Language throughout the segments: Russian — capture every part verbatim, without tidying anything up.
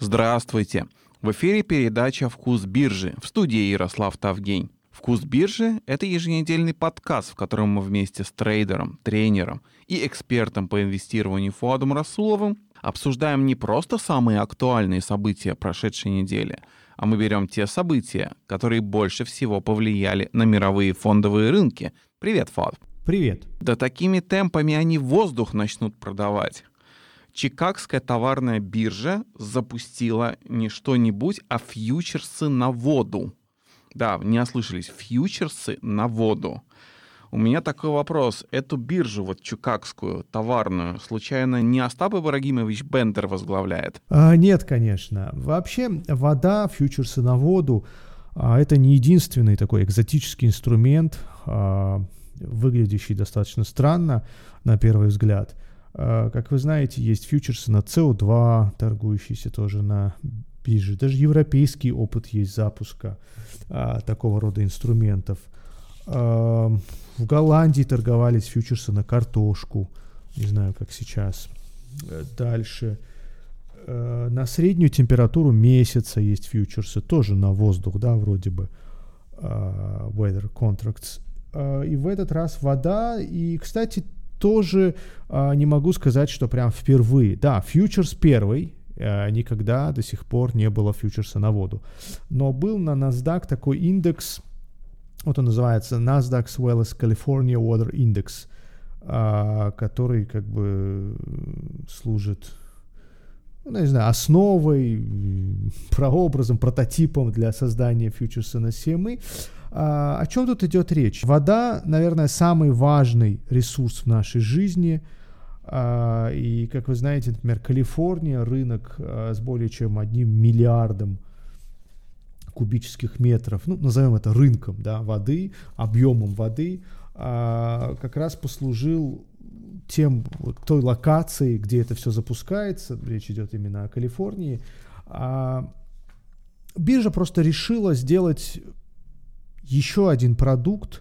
Здравствуйте! В эфире передача «Вкус биржи», в студии Ярослав Тавгень. «Вкус биржи» — это еженедельный подкаст, в котором мы вместе с трейдером, тренером и экспертом по инвестированию Фуадом Расуловым обсуждаем не просто самые актуальные события прошедшей недели, а мы берем те события, которые больше всего повлияли на мировые фондовые рынки. Привет, Фуад! Привет! Да такими темпами они воздух начнут продавать. Чикагская товарная биржа запустила не что-нибудь, а фьючерсы на воду. Да, не ослышались, фьючерсы на воду. У меня такой вопрос. Эту биржу, вот чикагскую, товарную, случайно не Остап Ибрагимович Бендер возглавляет? А, нет, конечно. Вообще вода, фьючерсы на воду, а, это не единственный такой экзотический инструмент, а, выглядящий достаточно странно на первый взгляд. Как вы знаете, есть фьючерсы на си о два, торгующиеся тоже на бирже. Даже европейский опыт есть запуска а, такого рода инструментов. А, в Голландии торговались фьючерсы на картошку. Не знаю, как сейчас. Дальше. А, на среднюю температуру месяца есть фьючерсы. Тоже на воздух, да, вроде бы. А, weather contracts. А, и в этот раз вода. И, кстати, тоже а, не могу сказать, что прям впервые. Да, фьючерс первый, а, никогда до сих пор не было фьючерса на воду. Но был на NASDAQ такой индекс, вот он называется NASDAQ Swells California Water Index, а, который как бы служит, ну, не знаю, основой, прообразом, прототипом для создания фьючерса на си эм и. А, о чем тут идет речь? Вода, наверное, самый важный ресурс в нашей жизни. А, и, как вы знаете, например, Калифорния, рынок а, с более чем одним миллиардом кубических метров, ну, назовем это рынком, да, воды, объемом воды, а, как раз послужил тем, вот, той локацией, где это все запускается. Речь идет именно о Калифорнии. А, биржа просто решила сделать еще один продукт,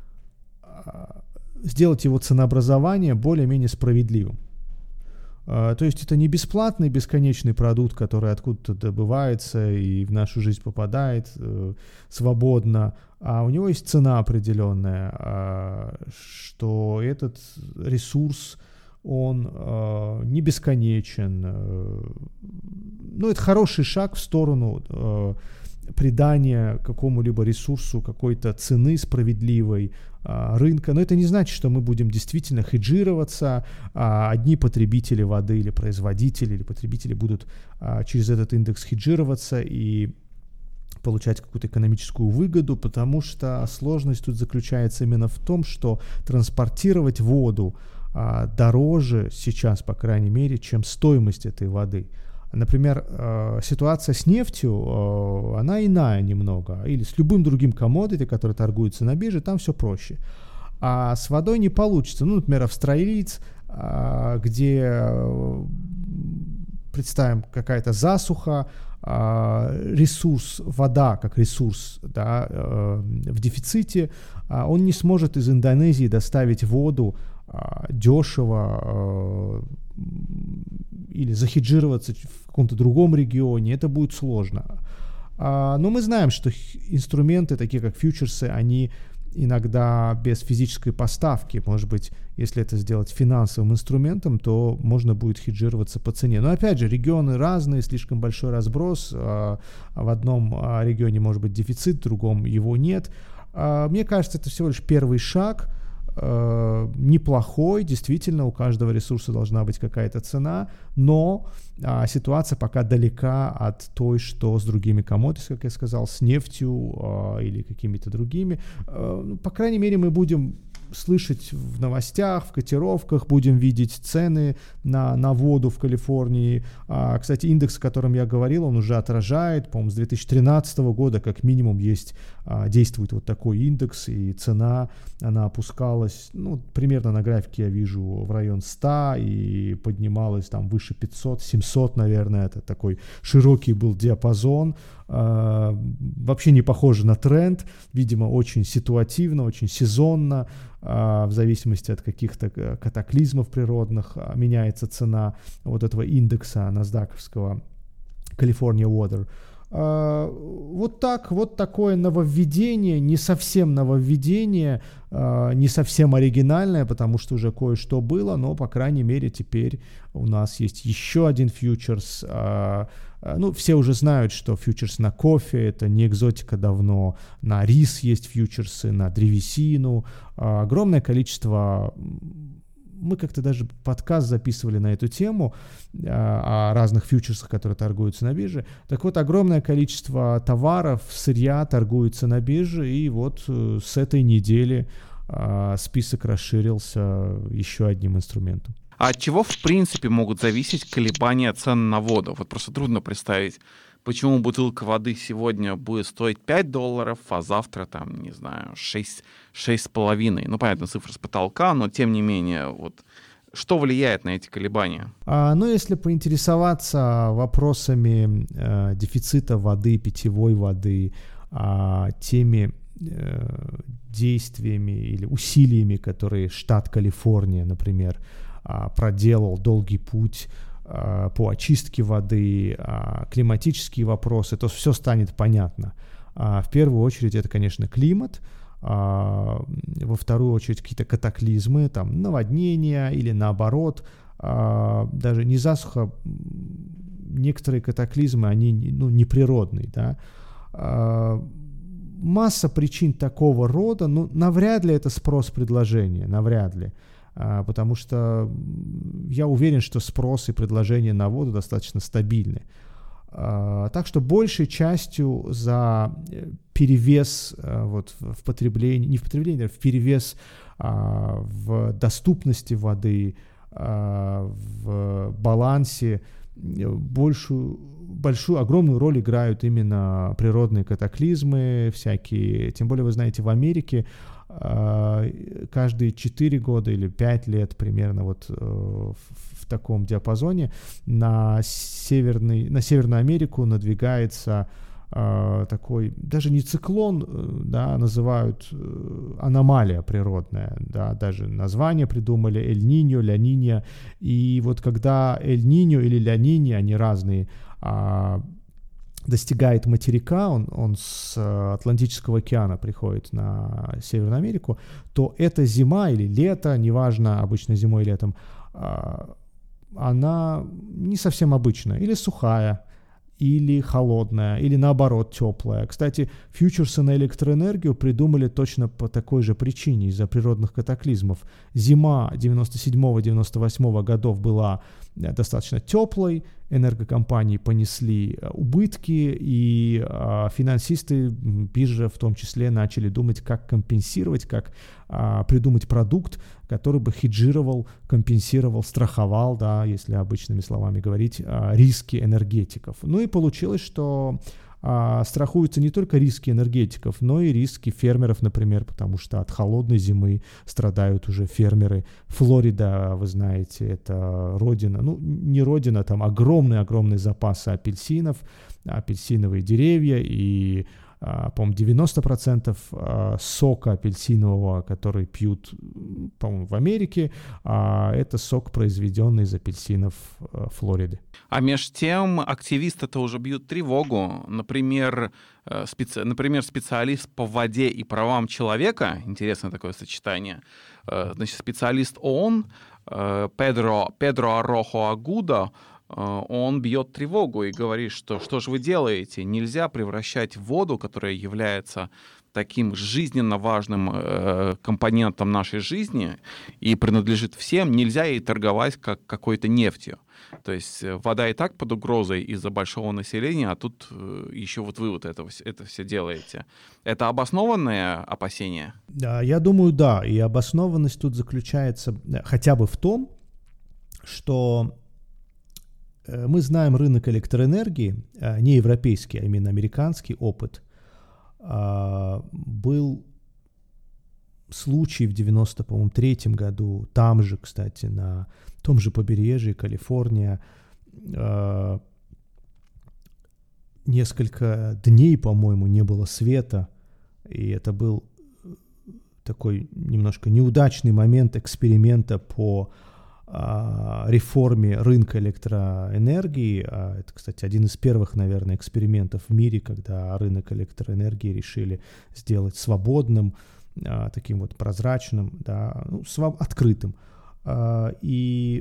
сделать его ценообразование более-менее справедливым. То есть это не бесплатный бесконечный продукт, который откуда-то добывается и в нашу жизнь попадает свободно, а у него есть цена определенная, что этот ресурс, он не бесконечен. Ну, это хороший шаг в сторону придание какому-либо ресурсу какой-то цены справедливой а, рынка. Но это не значит, что мы будем действительно хеджироваться. А, одни потребители воды или производители или потребители будут а, через этот индекс хеджироваться и получать какую-то экономическую выгоду, потому что сложность тут заключается именно в том, что транспортировать воду а, дороже сейчас, по крайней мере, чем стоимость этой воды. Например, э, ситуация с нефтью, э, она иная немного, или с любым другим коммодити, который торгуется на бирже, там все проще. А с водой не получится. Ну, например, австралиец, э, где, э, представим, какая-то засуха, э, ресурс, вода как ресурс, да, э, в дефиците, э, он не сможет из Индонезии доставить воду э, дешево, э, или захеджироваться в каком-то другом регионе, это будет сложно. А, но мы знаем, что инструменты, такие как фьючерсы, они иногда без физической поставки, может быть, если это сделать финансовым инструментом, то можно будет хеджироваться по цене. Но опять же, регионы разные, слишком большой разброс. А, в одном а, регионе может быть дефицит, в другом его нет. А, мне кажется, это всего лишь первый шаг. Uh, неплохой, действительно, у каждого ресурса должна быть какая-то цена, но uh, ситуация пока далека от той, что с другими commodities, как я сказал, с нефтью uh, или какими-то другими. Uh, по крайней мере, мы будем слышать в новостях, в котировках, будем видеть цены на, на воду в Калифорнии. А, кстати, индекс, о котором я говорил, он уже отражает, по-моему, с две тысячи тринадцатого года как минимум есть, а, действует вот такой индекс, и цена, она опускалась, ну, примерно на графике я вижу в район ста и поднималась там выше пятьсот, семьсот, наверное, это такой широкий был диапазон. Uh, вообще не похоже на тренд, видимо, очень ситуативно, очень сезонно, uh, в зависимости от каких-то катаклизмов природных uh, меняется цена вот этого индекса насдаковского California Water. Uh, вот так, вот такое нововведение, не совсем нововведение, uh, не совсем оригинальное, потому что уже кое-что было, но, по крайней мере, теперь у нас есть еще один фьючерс. Uh, uh, ну, все уже знают, что фьючерс на кофе, это не экзотика давно, на рис есть фьючерсы, на древесину, uh, огромное количество. Мы как-то даже подкаст записывали на эту тему о разных фьючерсах, которые торгуются на бирже. Так вот, огромное количество товаров, сырья торгуется на бирже, и вот с этой недели список расширился еще одним инструментом. А от чего, в принципе, могут зависеть колебания цен на воду? Вот просто трудно представить, почему бутылка воды сегодня будет стоить пять долларов, а завтра, там, не знаю, шесть, шесть с половиной. Ну, понятно, цифра с потолка, но тем не менее, вот что влияет на эти колебания? А, ну, если поинтересоваться вопросами э, дефицита воды, питьевой воды, э, теми э, действиями или усилиями, которые штат Калифорния, например, э, проделал долгий путь по очистке воды, климатические вопросы, то все станет понятно. В первую очередь это, конечно, климат, во вторую очередь какие-то катаклизмы, там, наводнения или наоборот, даже не засуха, некоторые катаклизмы, они ну, неприродные, да. Масса причин такого рода, ну, навряд ли это спрос-предложение, навряд ли. Потому что я уверен, что спрос и предложение на воду достаточно стабильны. Так что большей частью за перевес вот, в потреблении, не в потреблении, а в перевес в доступности воды, в балансе большую, большую, огромную роль играют именно природные катаклизмы всякие. Тем более, вы знаете, в Америке каждые четыре года или пять лет примерно вот в, в таком диапазоне на, северный, на Северную Америку надвигается э, такой, даже не циклон, да, называют э, аномалия природная, да, даже название придумали Эль-Ниньо, Ля-Нинья, и вот когда Эль-Ниньо или Ля-Нинья, они разные, э, достигает материка, он, он с Атлантического океана приходит на Северную Америку, то эта зима или лето, неважно, обычно зимой и летом, она не совсем обычная, или сухая, или холодная, или наоборот теплая. Кстати, фьючерсы на электроэнергию придумали точно по такой же причине, из-за природных катаклизмов. Зима девяносто седьмого — девяносто восьмого годов была достаточно теплой, энергокомпании понесли убытки, и а, финансисты биржи в том числе начали думать, как компенсировать, как а, придумать продукт, который бы хеджировал, компенсировал, страховал, да, если обычными словами говорить, а, риски энергетиков. Ну и получилось, что а, страхуются не только риски энергетиков, но и риски фермеров, например, потому что от холодной зимы страдают уже фермеры. Флорида, вы знаете, это родина, ну не родина, там огромные-огромные запасы апельсинов, апельсиновые деревья, и, а, по-моему, девяносто процентов а, сока апельсинового, который пьют, по-моему, в Америке, а, это сок, произведенный из апельсинов а, Флориды. А меж тем активисты-то уже бьют тревогу. Например, специ... Например, специалист по воде и правам человека, интересное такое сочетание, значит, специалист ООН Педро, Педро Арохо Агудо, он бьет тревогу и говорит, что что же вы делаете? Нельзя превращать воду, которая является таким жизненно важным э, компонентом нашей жизни и принадлежит всем, нельзя ей торговать как какой-то нефтью. То есть вода и так под угрозой из-за большого населения, а тут э, еще вот вы вот это, это все делаете. Это обоснованное опасение? Да, я думаю, да. И обоснованность тут заключается хотя бы в том, что мы знаем рынок электроэнергии, не европейский, а именно американский опыт. Был случай в девяносто третьем году, там же, кстати, на том же побережье Калифорния, несколько дней, по-моему, не было света, и это был такой немножко неудачный момент эксперимента по реформе рынка электроэнергии. Это, кстати, один из первых, наверное, экспериментов в мире, когда рынок электроэнергии решили сделать свободным, таким вот прозрачным, да, ну, своб- открытым. И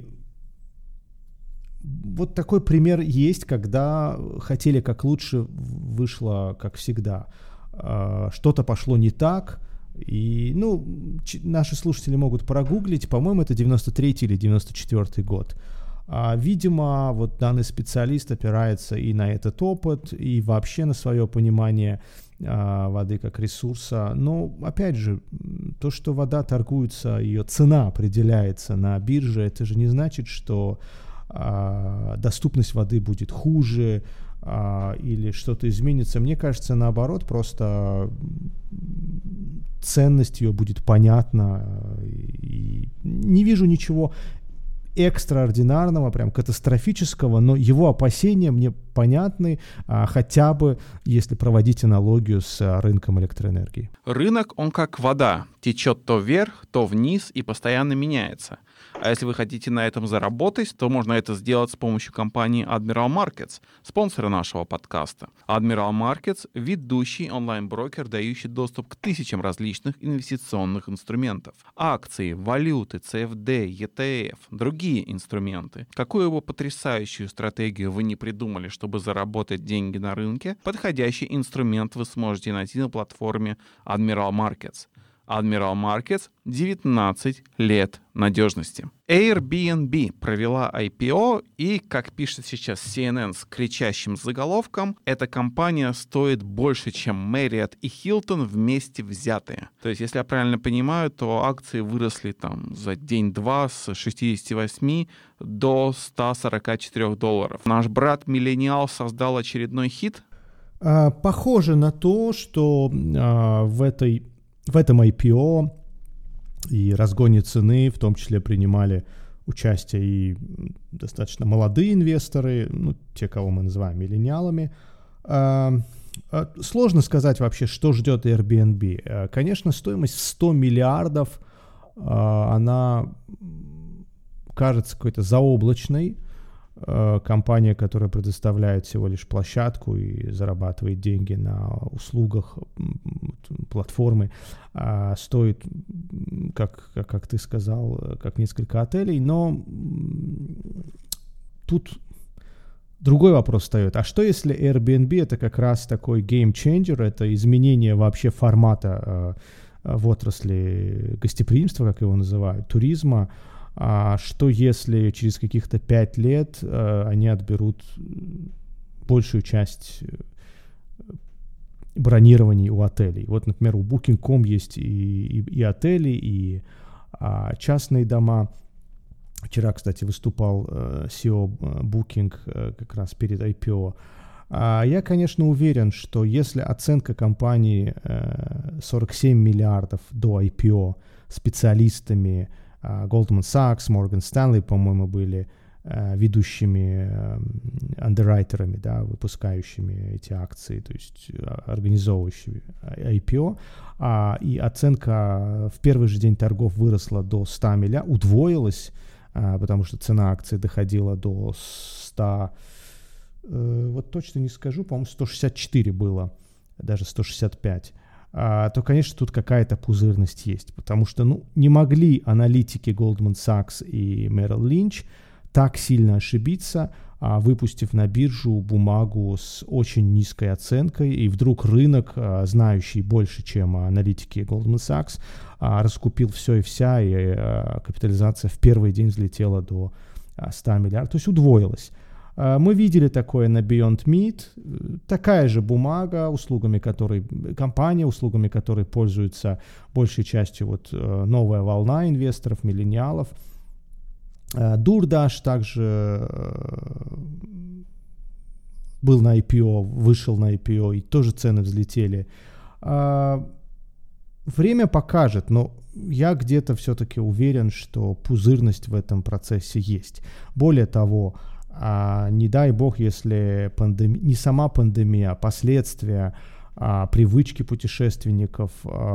вот такой пример есть, когда хотели как лучше, вышло как всегда. Что-то пошло не так, и, ну, ч- наши слушатели могут прогуглить, по-моему, это девяносто третий или девяносто четвёртый год. А, видимо, вот данный специалист опирается и на этот опыт, и вообще на свое понимание а, воды как ресурса. Но, опять же, то, что вода торгуется, ее цена определяется на бирже, это же не значит, что а, доступность воды будет хуже, или что-то изменится. Мне кажется, наоборот, просто ценность ее будет понятна. И не вижу ничего экстраординарного, прям катастрофического, но его опасения мне понятны, хотя бы если проводить аналогию с рынком электроэнергии. Рынок, он как вода, течет то вверх, то вниз и постоянно меняется. А если вы хотите на этом заработать, то можно это сделать с помощью компании Admiral Markets, спонсора нашего подкаста. Admiral Markets — ведущий онлайн-брокер, дающий доступ к тысячам различных инвестиционных инструментов. Акции, валюты, си эф ди, и ти эф, другие инструменты. Какую бы потрясающую стратегию вы не придумали, чтобы заработать деньги на рынке, подходящий инструмент вы сможете найти на платформе Admiral Markets. Admiral Markets — девятнадцать лет надежности. Airbnb провела ай пи о, и, как пишет сейчас си эн эн с кричащим заголовком, эта компания стоит больше, чем Marriott и Hilton вместе взятые. То есть, если я правильно понимаю, то акции выросли там за день-два с шестидесяти восьми до ста сорока четырёх долларов. Наш брат-миллениал создал очередной хит? А, похоже на то, что а, в этой В этом ай пи о и разгоне цены в том числе принимали участие и достаточно молодые инвесторы, ну, те, кого мы называем миллениалами. Сложно сказать вообще, что ждет Airbnb. Конечно, стоимость в сто миллиардов, она кажется какой-то заоблачной. Компания, которая предоставляет всего лишь площадку и зарабатывает деньги на услугах платформы, стоит, как, как, как ты сказал, как несколько отелей, но тут другой вопрос встает. А что если Airbnb — это как раз такой game changer, это изменение вообще формата в отрасли гостеприимства, как его называют, туризма? А что если через каких-то пять лет э, они отберут большую часть бронирований у отелей? Вот, например, у букинг точка ком есть и, и, и отели, и а, частные дома. Вчера, кстати, выступал э, си и о Booking э, как раз перед ай пи о. А я, конечно, уверен, что если оценка компании э, сорок семь миллиардов до ай пи о специалистами, Goldman Sachs, Morgan Stanley, по-моему, были э, ведущими э, андеррайтерами, да, выпускающими эти акции, то есть организовывающими ай пи о. А, и оценка в первый же день торгов выросла до ста миллиардов, удвоилась, а, потому что цена акций доходила до ста, э, вот точно не скажу, по-моему, сто шестьдесят четыре было, даже сто шестьдесят пять. То, конечно, тут какая-то пузырность есть, потому что, ну, не могли аналитики Goldman Sachs и Merrill Lynch так сильно ошибиться, выпустив на биржу бумагу с очень низкой оценкой, и вдруг рынок, знающий больше, чем аналитики Goldman Sachs, раскупил все и вся, и капитализация в первый день взлетела до ста миллиардов, то есть удвоилась. Мы видели такое на Beyond Meat, такая же бумага, услугами которой, компания, услугами которой пользуется большей частью вот новая волна инвесторов, миллениалов. DoorDash также был на ай пи о, вышел на ай пи о, и тоже цены взлетели. Время покажет, но я где-то все-таки уверен, что пузырность в этом процессе есть. Более того, А, не дай бог, если пандемия, не сама пандемия, а последствия а, привычки путешественников,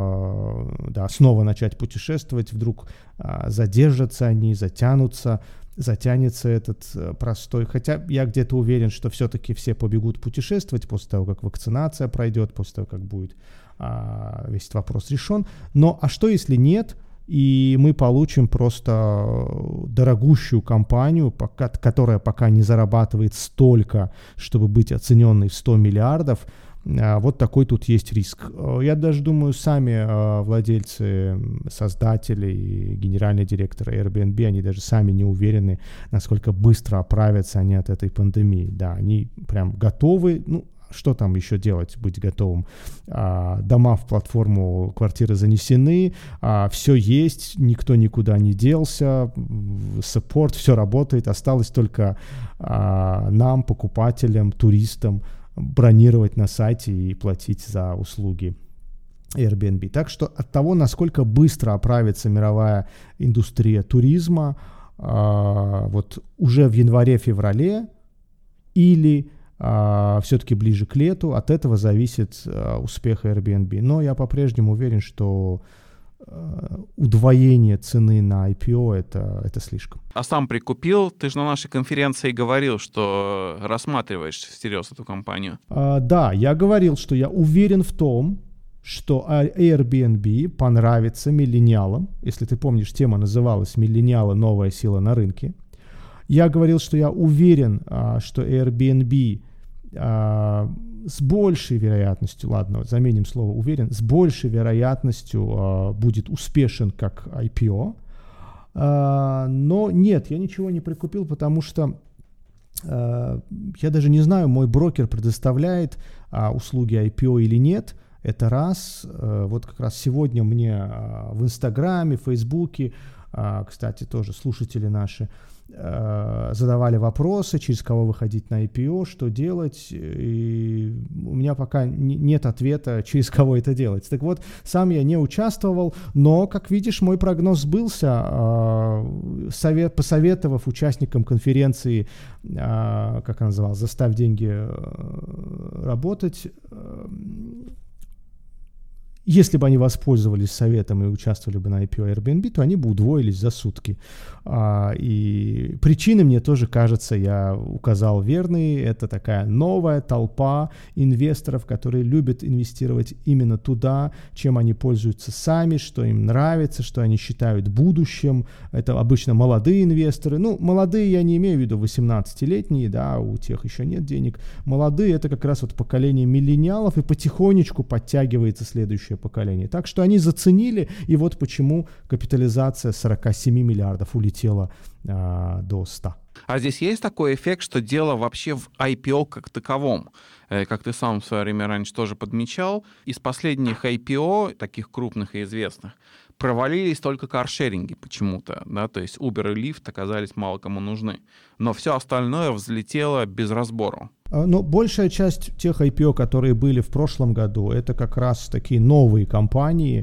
а, да, снова начать путешествовать, вдруг а, задержатся они, затянутся, затянется этот а, простой. Хотя я где-то уверен, что все-таки все побегут путешествовать после того, как вакцинация пройдет, после того, как будет а, весь этот вопрос решен. Но а что, если нет? И мы получим просто дорогущую компанию, пока, которая пока не зарабатывает столько, чтобы быть оцененной в сто миллиардов. Вот такой тут есть риск. Я даже думаю, сами владельцы, создатели и генеральные директоры Airbnb, они даже сами не уверены, насколько быстро оправятся они от этой пандемии. Да, они прям готовы, ну, что там еще делать, быть готовым? А, дома в платформу, квартиры занесены, а, все есть, никто никуда не делся, саппорт, все работает, осталось только а, нам, покупателям, туристам, бронировать на сайте и платить за услуги Airbnb. Так что от того, насколько быстро оправится мировая индустрия туризма, а, вот уже в январе-феврале или Uh, все-таки ближе к лету, от этого зависит uh, успех Airbnb. Но я по-прежнему уверен, что uh, удвоение цены на ай пи о это, это слишком. А сам прикупил? Ты же на нашей конференции говорил, что рассматриваешь всерьез эту компанию. Uh, да, я говорил, что я уверен в том, что Airbnb понравится миллениалам. Если ты помнишь, тема называлась «Миллениалы. Новая сила на рынке». Я говорил, что я уверен, uh, что Airbnb Uh, с большей вероятностью, ладно, заменим слово уверен, с большей вероятностью uh, будет успешен как ай пи о. Uh, но нет, я ничего не прикупил, потому что uh, я даже не знаю, мой брокер предоставляет uh, услуги ай пи о или нет. Это раз. Uh, вот как раз сегодня мне uh, в Инстаграме, Фейсбуке, uh, кстати, тоже слушатели наши, задавали вопросы, через кого выходить на ай пи о, что делать, и у меня пока нет ответа, через кого это делать. Так вот, сам я не участвовал, но, как видишь, мой прогноз сбылся, совет, посоветовав участникам конференции, как она называлась, «Заставь деньги работать». Если бы они воспользовались советом и участвовали бы на ай пи о Airbnb, то они бы удвоились за сутки. А, и причины, мне тоже кажется, я указал верные. Это такая новая толпа инвесторов, которые любят инвестировать именно туда, чем они пользуются сами, что им нравится, что они считают будущим. Это обычно молодые инвесторы. Ну, молодые я не имею в виду восемнадцатилетние, да, у тех еще нет денег. Молодые — это как раз вот поколение миллениалов, и потихонечку подтягивается следующее поколение. Так что они заценили, и вот почему капитализация сорок семь миллиардов улетела а, до ста. А здесь есть такой эффект, что дело вообще в ай пи о как таковом. Как ты сам в свое время раньше тоже подмечал, из последних ай пи о, таких крупных и известных, провалились только каршеринги почему-то, да, то есть Uber и Lyft оказались мало кому нужны. Но все остальное взлетело без разбору. Но большая часть тех ай пи о, которые были в прошлом году, это как раз такие новые компании.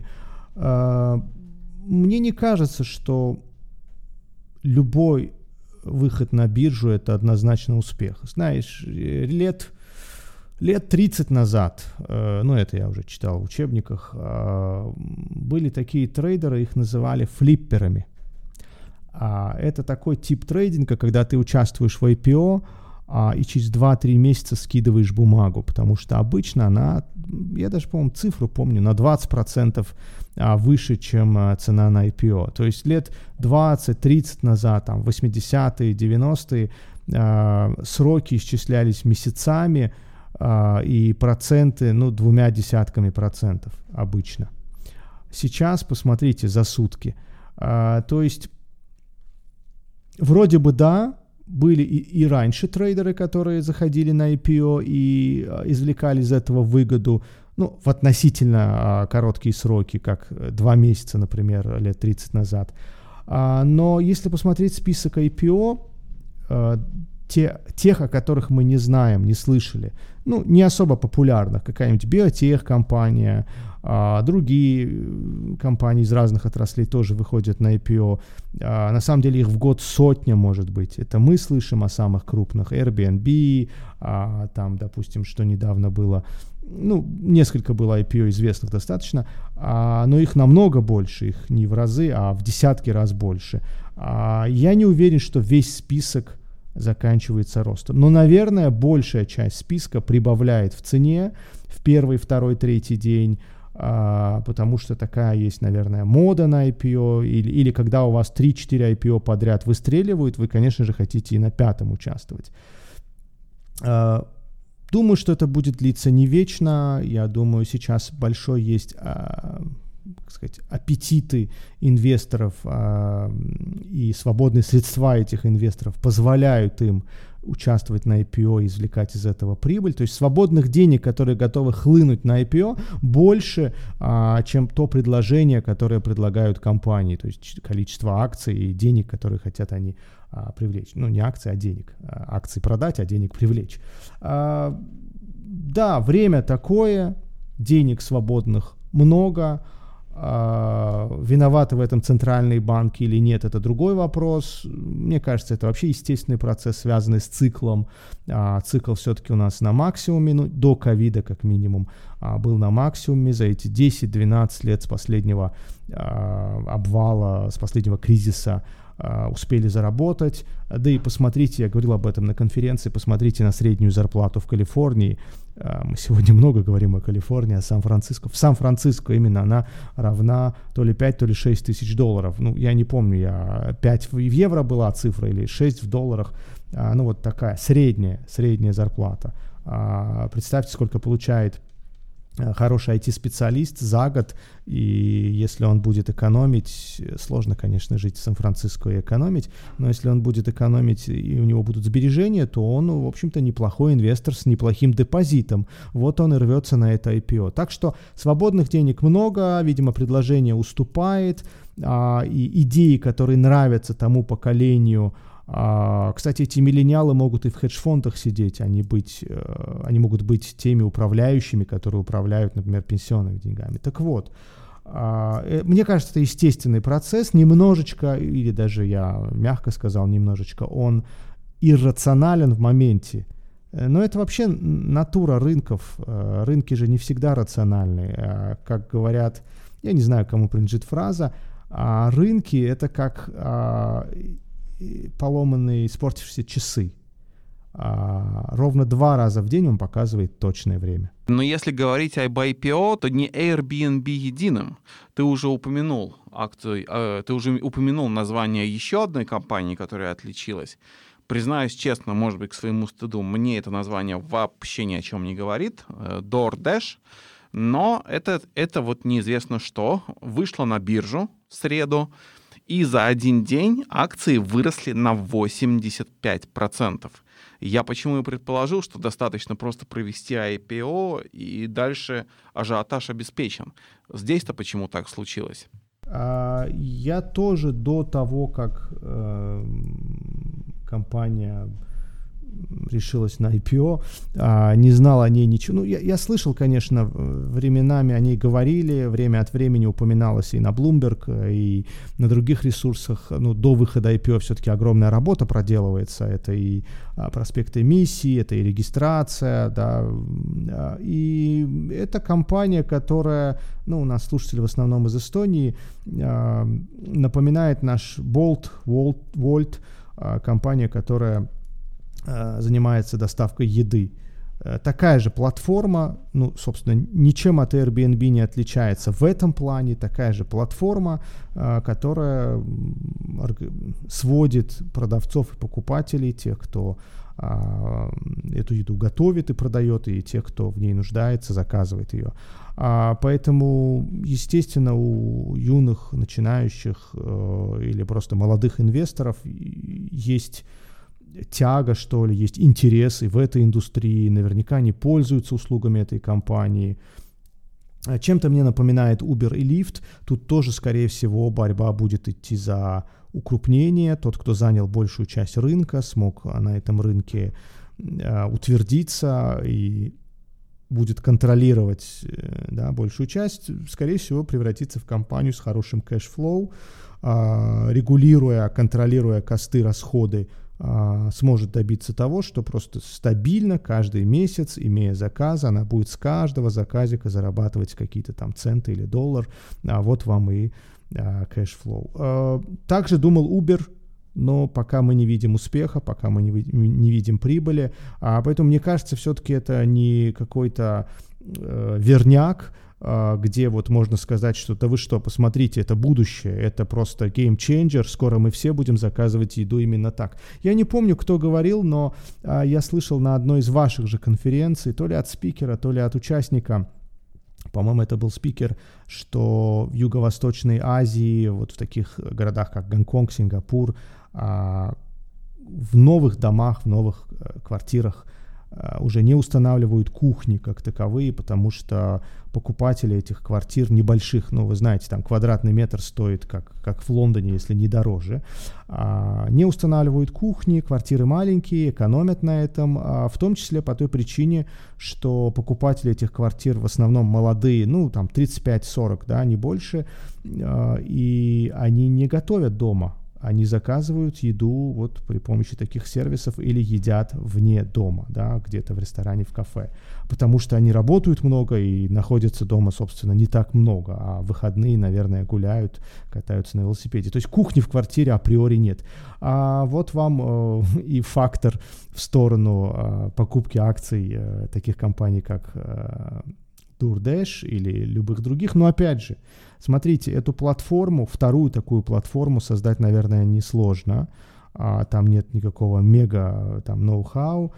Мне не кажется, что любой выход на биржу — это однозначно успех. Знаешь, лет, лет тридцать назад, ну это я уже читал в учебниках, были такие трейдеры, их называли флипперами. Это такой тип трейдинга, когда ты участвуешь в ай пи о, а, и через два-три месяца скидываешь бумагу, потому что обычно она, я даже, по-моему, цифру помню, на двадцать процентов а, выше, чем а, цена на ай пи о. То есть лет двадцать-тридцать назад, там, восьмидесятые, девяностые, а, сроки исчислялись месяцами, а, и проценты, ну, двумя десятками процентов обычно. Сейчас, посмотрите, за сутки. А, то есть, вроде бы да, были и, и раньше трейдеры, которые заходили на ай пи о и а, извлекали из этого выгоду, ну, в относительно а, короткие сроки, как два месяца, например, лет тридцать назад. А, но если посмотреть список ай пи о, а, те, тех, о которых мы не знаем, не слышали. Ну, не особо популярных. Какая-нибудь биотех-компания, а, другие компании из разных отраслей тоже выходят на ай пи о. А, на самом деле их в год сотня, может быть. Это мы слышим о самых крупных. Airbnb, а, там, допустим, что недавно было. Ну, несколько было ай пи о известных достаточно, а, но их намного больше. Их не в разы, а в десятки раз больше. А, я не уверен, что весь список заканчивается ростом. Но, наверное, большая часть списка прибавляет в цене в первый, второй, третий день, а, потому что такая есть, наверное, мода на ай пи о, или, или когда у вас три-четыре ай пи о подряд выстреливают, вы, конечно же, хотите и на пятом участвовать. А, думаю, что это будет длиться не вечно. Я думаю, сейчас большой есть... А, как сказать, аппетиты инвесторов а, и свободные средства этих инвесторов позволяют им участвовать на ай пи о и извлекать из этого прибыль. То есть свободных денег, которые готовы хлынуть на ай пи о, больше, а, чем то предложение, которое предлагают компании. То есть количество акций и денег, которые хотят они а, привлечь. Ну, не акции, а денег. А, акции продать, а денег привлечь. А, да, время такое, денег свободных много. Виноваты в этом центральные банки или нет, это другой вопрос. Мне кажется, это вообще естественный процесс, связанный с циклом. А, цикл все-таки у нас на максимуме, ну, до ковида как минимум, а, был на максимуме за эти десять-двенадцать лет с последнего а, обвала, с последнего кризиса. Uh, успели заработать. Да и посмотрите, я говорил об этом на конференции, посмотрите на среднюю зарплату в Калифорнии. Uh, мы сегодня много говорим о Калифорнии, о Сан-Франциско. В Сан-Франциско именно она равна то ли пять, то ли шесть тысяч долларов. Ну, я не помню, я пять в евро была цифра или шесть в долларах. Uh, ну, вот такая средняя, средняя зарплата. Uh, представьте, сколько получает хороший ай ти-специалист за год, и если он будет экономить, сложно, конечно, жить в Сан-Франциско и экономить, но если он будет экономить и у него будут сбережения, то он, в общем-то, неплохой инвестор с неплохим депозитом. Вот он и рвется на это ай пи о. Так что свободных денег много, видимо, предложение уступает, а, и идеи, которые нравятся тому поколению. А, кстати, эти миллениалы могут и в хедж-фондах сидеть, они, быть, э, они могут быть теми управляющими, которые управляют, например, пенсионными деньгами. Так вот, а, э, мне кажется, это естественный процесс, немножечко, или даже я мягко сказал немножечко, он иррационален в моменте. Но это вообще натура рынков. Э, рынки же не всегда рациональны. Э, как говорят, я не знаю, кому принадлежит фраза, а рынки — это как... А, поломанные, испортившиеся часы. А, ровно два раза в день он показывает точное время. Но если говорить об ай пи о, то не Airbnb единым. Ты уже упомянул акцию, э, ты уже упомянул название еще одной компании, которая отличилась. Признаюсь честно, может быть, к своему стыду, мне это название вообще ни о чем не говорит. Э, DoorDash. Но это, это вот неизвестно что. Вышло на биржу в среду. И за один день акции выросли на восемьдесят пять процентов. Я почему и предположил, что достаточно просто провести ай пи о, и дальше ажиотаж обеспечен. Здесь-то почему так случилось? А, я тоже до того, как э, компания решилась на ай пи о, а, не знал о ней ничего. Ну, я, я слышал, конечно, временами о ней говорили, время от времени упоминалось и на Bloomberg, и на других ресурсах. Ну, до выхода ай пи о все-таки огромная работа проделывается. Это и а, проспект эмиссии, это и регистрация, да. И это компания, которая, ну, у нас слушатели в основном из Эстонии, а, напоминает наш Bolt, Wolt, Wolt, а, компания, которая занимается доставкой еды. Такая же платформа, ну, собственно, ничем от Airbnb не отличается в этом плане. Такая же платформа, которая сводит продавцов и покупателей, тех, кто эту еду готовит и продает, и тех, кто в ней нуждается, заказывает ее. Поэтому, естественно, у юных, начинающих или просто молодых инвесторов есть тяга, что ли, есть интересы в этой индустрии, наверняка они пользуются услугами этой компании. Чем-то мне напоминает Uber и Lyft, тут тоже, скорее всего, борьба будет идти за укрупнение. Тот, кто занял большую часть рынка, смог на этом рынке утвердиться и будет контролировать, да, большую часть, скорее всего, превратится в компанию с хорошим кэшфлоу, регулируя, контролируя косты, расходы, сможет добиться того, что просто стабильно каждый месяц, имея заказы, она будет с каждого заказика зарабатывать какие-то там центы или доллар, а вот вам и кэшфлоу. Также думал Uber, но пока мы не видим успеха, пока мы не, не видим прибыли, а поэтому мне кажется, все-таки это не какой-то э, верняк, где вот можно сказать, что да вы что, посмотрите, это будущее, это просто геймченджер, скоро мы все будем заказывать еду именно так. Я не помню, кто говорил, но а, я слышал на одной из ваших же конференций, то ли от спикера, то ли от участника, по-моему, это был спикер, что в Юго-Восточной Азии, вот в таких городах, как Гонконг, Сингапур, а, в новых домах, в новых а, квартирах уже не устанавливают кухни как таковые, потому что покупатели этих квартир небольших, ну, вы знаете, там квадратный метр стоит, как, как в Лондоне, если не дороже, а, не устанавливают кухни, квартиры маленькие, экономят на этом, а, в том числе по той причине, что покупатели этих квартир в основном молодые, ну, там тридцать пять сорок, да, не больше, а, и они не готовят дома. Они заказывают еду вот при помощи таких сервисов или едят вне дома, да, где-то в ресторане, в кафе, потому что они работают много и находятся дома, собственно, не так много, а в выходные, наверное, гуляют, катаются на велосипеде. То есть кухни в квартире априори нет. А вот вам э, и фактор в сторону э, покупки акций э, таких компаний, как э, DoorDash или любых других. Но опять же, смотрите, эту платформу, вторую такую платформу создать, наверное, несложно. А, там нет никакого мега там, ноу-хау.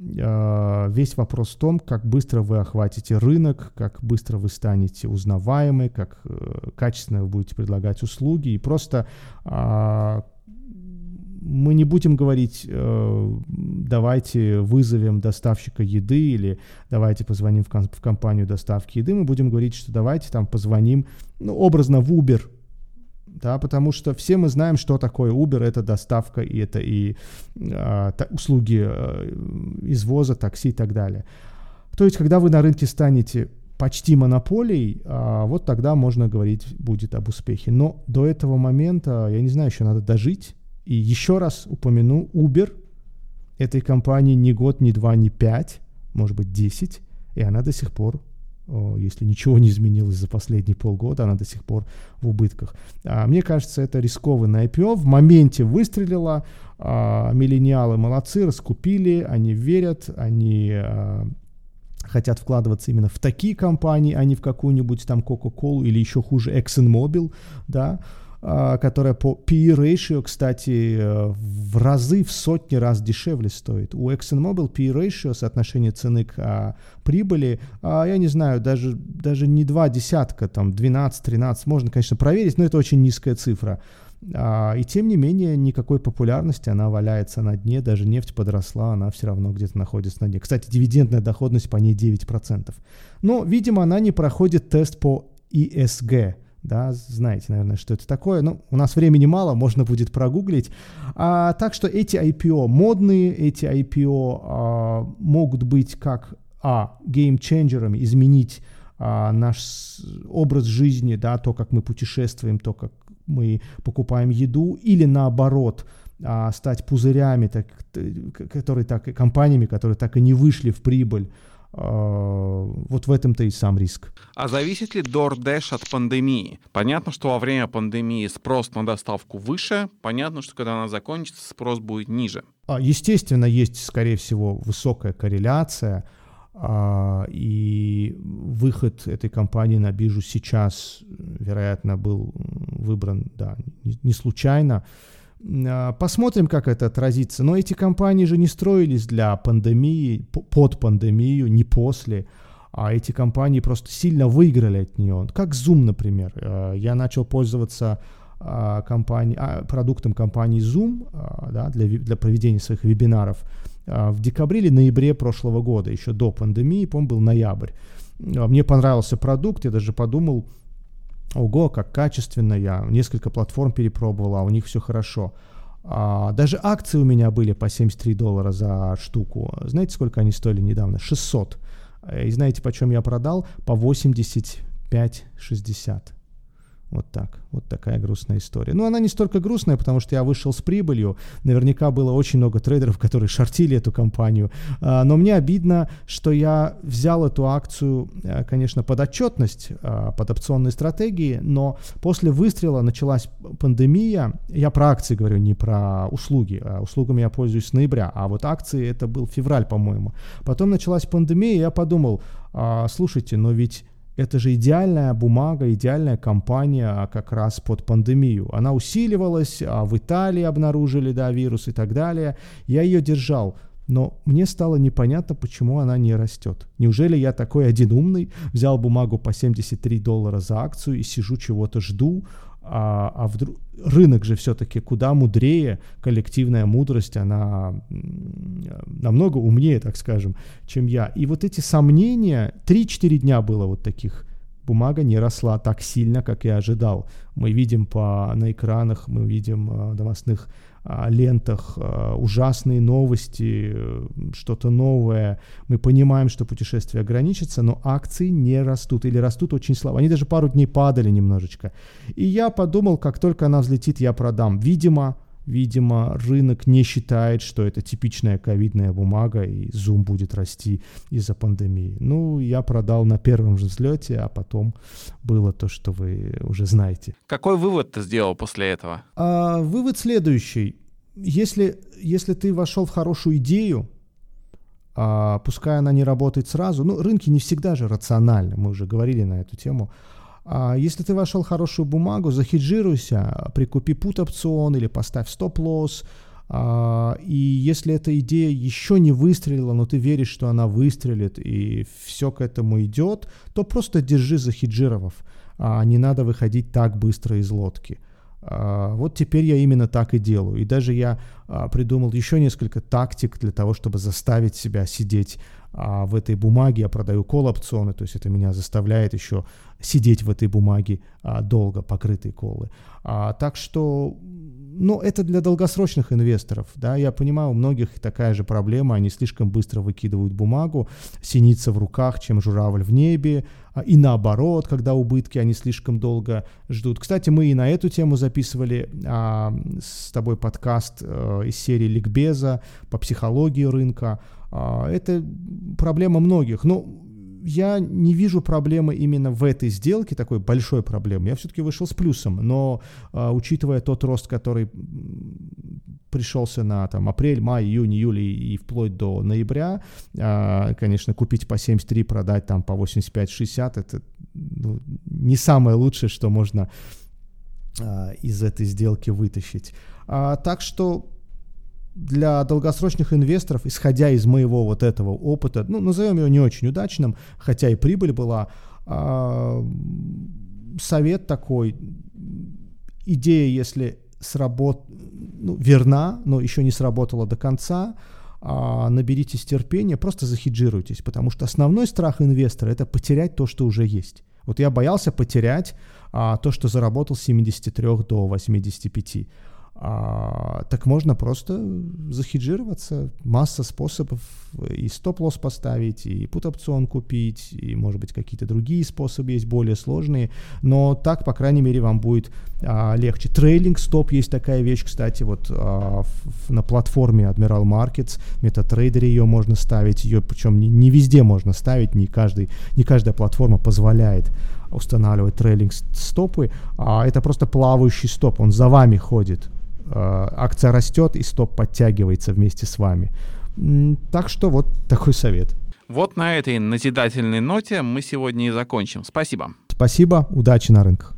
А, весь вопрос в том, как быстро вы охватите рынок, как быстро вы станете узнаваемы, как э, качественно вы будете предлагать услуги. И просто а, мы не будем говорить, э, давайте вызовем доставщика еды или давайте позвоним в, ком- в компанию доставки еды. Мы будем говорить, что давайте там позвоним, ну, образно в Uber, да, потому что все мы знаем, что такое Uber. Это доставка, и это и э, та, услуги э, извоза, такси и так далее. То есть, когда вы на рынке станете почти монополией, э, вот тогда можно говорить будет об успехе. Но до этого момента, я не знаю, еще надо дожить. И еще раз упомяну, Uber этой компании ни год, ни два, ни пять, может быть, десять, и она до сих пор, если ничего не изменилось за последние полгода, она до сих пор в убытках. А мне кажется, это рискованное ай пи о. В моменте выстрелило, а, миллениалы молодцы, раскупили, они верят, они а, хотят вкладываться именно в такие компании, а не в какую-нибудь там Coca-Cola или еще хуже ExxonMobil, да, которая по пи и ratio, кстати, в разы, в сотни раз дешевле стоит. У ExxonMobil пи и ratio, соотношение цены к а, прибыли, а, я не знаю, даже, даже не два десятка, там двенадцать-тринадцать, можно, конечно, проверить, но это очень низкая цифра. А, и тем не менее, никакой популярности, она валяется на дне, даже нефть подросла, она все равно где-то находится на дне. Кстати, дивидендная доходность по ней девять процентов. Но, видимо, она не проходит тест по и эс джи. Да, знаете, наверное, что это такое. Ну, у нас времени мало, можно будет прогуглить. А, так что эти ай пи о модные, эти ай пи о а, могут быть как а, геймченджерами, изменить а, наш образ жизни, да, то, как мы путешествуем, то, как мы покупаем еду, или наоборот, а, стать пузырями, так, которые так, компаниями, которые так и не вышли в прибыль. Вот в этом-то и сам риск. А зависит ли DoorDash от пандемии? Понятно, что во время пандемии спрос на доставку выше, понятно, что когда она закончится, спрос будет ниже. Естественно, есть, скорее всего, высокая корреляция, и выход этой компании на биржу сейчас, вероятно, был выбран, да, не случайно. Посмотрим, как это отразится. Но эти компании же не строились для пандемии, под пандемию, не после. А эти компании просто сильно выиграли от нее. Как Zoom, например. Я начал пользоваться компанией, продуктом компании Zoom, да, для, для проведения своих вебинаров в декабре или ноябре прошлого года, еще до пандемии, по-моему, был ноябрь. Мне понравился продукт, я даже подумал, ого, как качественно, я несколько платформ перепробовал, а у них все хорошо. А, даже акции у меня были по семьдесят три доллара за штуку. Знаете, сколько они стоили недавно? шестьсот. И знаете, почем я продал? По восемьдесят пять шестьдесят. Вот так. Вот такая грустная история. Но она не столько грустная, потому что я вышел с прибылью. Наверняка было очень много трейдеров, которые шортили эту компанию. А, но мне обидно, что я взял эту акцию, конечно, под отчетность, под опционные стратегии, но после выстрела началась пандемия. Я про акции говорю, не про услуги. Услугами я пользуюсь с ноября, а вот акции это был февраль, по-моему. Потом началась пандемия, и я подумал, а, слушайте, но ведь это же идеальная бумага, идеальная компания как раз под пандемию. Она усиливалась, а в Италии обнаружили, да, вирус и так далее. Я ее держал, но мне стало непонятно, почему она не растет. Неужели я такой один умный, взял бумагу по семьдесят три доллара за акцию и сижу, чего-то жду, а, а вдруг... Рынок же все-таки куда мудрее, коллективная мудрость, она намного умнее, так скажем, чем я. И вот эти сомнения, три-четыре дня было вот таких, бумага не росла так сильно, как я ожидал. Мы видим по, на экранах, мы видим в новостных а, лентах а, ужасные новости, что-то новое. Мы понимаем, что путешествие ограничится, но акции не растут или растут очень слабо. Они даже пару дней падали немножечко. И я подумал, как только она взлетит, я продам. Видимо, Видимо, рынок не считает, что это типичная ковидная бумага, и Zoom будет расти из-за пандемии. Ну, я продал на первом же взлете, а потом было то, что вы уже знаете. Какой вывод ты сделал после этого? А, вывод следующий. Если, если ты вошел в хорошую идею, а, пускай она не работает сразу, ну, рынки не всегда же рациональны, мы уже говорили на эту тему. А если ты вошел в хорошую бумагу, захеджируйся, прикупи пут-опцион или поставь стоп-лосс. А, и если эта идея еще не выстрелила, но ты веришь, что она выстрелит и все к этому идет, то просто держи, захеджировав. А, не надо выходить так быстро из лодки. А, вот теперь я именно так и делаю. И даже я а, придумал еще несколько тактик для того, чтобы заставить себя сидеть а, в этой бумаге. Я продаю колл-опционы, то есть это меня заставляет еще сидеть в этой бумаге а, долго, покрытые коллы. А, так что, ну, это для долгосрочных инвесторов, да, я понимаю, у многих такая же проблема, они слишком быстро выкидывают бумагу, синица в руках, чем журавль в небе, а, и наоборот, когда убытки, они слишком долго ждут. Кстати, мы и на эту тему записывали а, с тобой подкаст а, из серии ликбеза по психологии рынка. А, это проблема многих, но я не вижу проблемы именно в этой сделке, такой большой проблемы. Я все-таки вышел с плюсом, но а, учитывая тот рост, который пришелся на там, апрель, май, июнь, июль и, и вплоть до ноября, а, конечно, купить по семьдесят три, продать там по восемьдесят пять шестьдесят, это ну, не самое лучшее, что можно а, из этой сделки вытащить. А, так что для долгосрочных инвесторов, исходя из моего вот этого опыта, ну, назовем его не очень удачным, хотя и прибыль была, э, совет такой, идея, если сработ... ну, верна, но еще не сработала до конца, э, наберитесь терпения, просто захеджируйтесь, потому что основной страх инвестора — это потерять то, что уже есть. Вот я боялся потерять э, то, что заработал с семидесяти трёх до восьмидесяти пяти. А, так можно просто захеджироваться, масса способов, и стоп-лосс поставить, и пут-опцион купить, и, может быть, какие-то другие способы есть, более сложные, но так, по крайней мере, вам будет а, легче. Трейлинг-стоп есть такая вещь, кстати, вот а, в, на платформе Admiral Markets, MetaTrader ее можно ставить, ее причем не, не везде можно ставить, не, каждый, не каждая платформа позволяет устанавливать трейлинг-стопы, а это просто плавающий стоп, он за вами ходит. Акция растет, и стоп подтягивается вместе с вами. Так что вот такой совет. Вот на этой назидательной ноте мы сегодня и закончим. Спасибо. Спасибо, удачи на рынках.